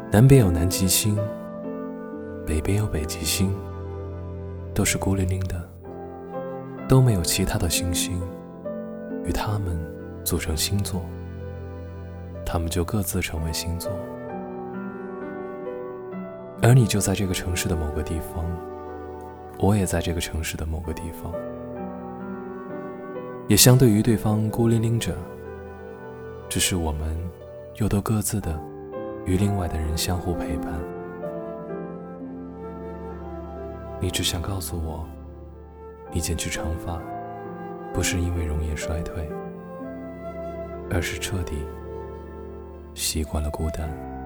南边有南极星，北边有北极星，都是孤零零的，都没有其他的星星与它们组成星座，它们就各自成为星座。而你就在这个城市的某个地方，我也在这个城市的某个地方，也相对于对方孤零零着，只是我们又都各自的与另外的人相互陪伴。你只想告诉我，你剪去长发不是因为容颜衰退，而是彻底习惯了孤单。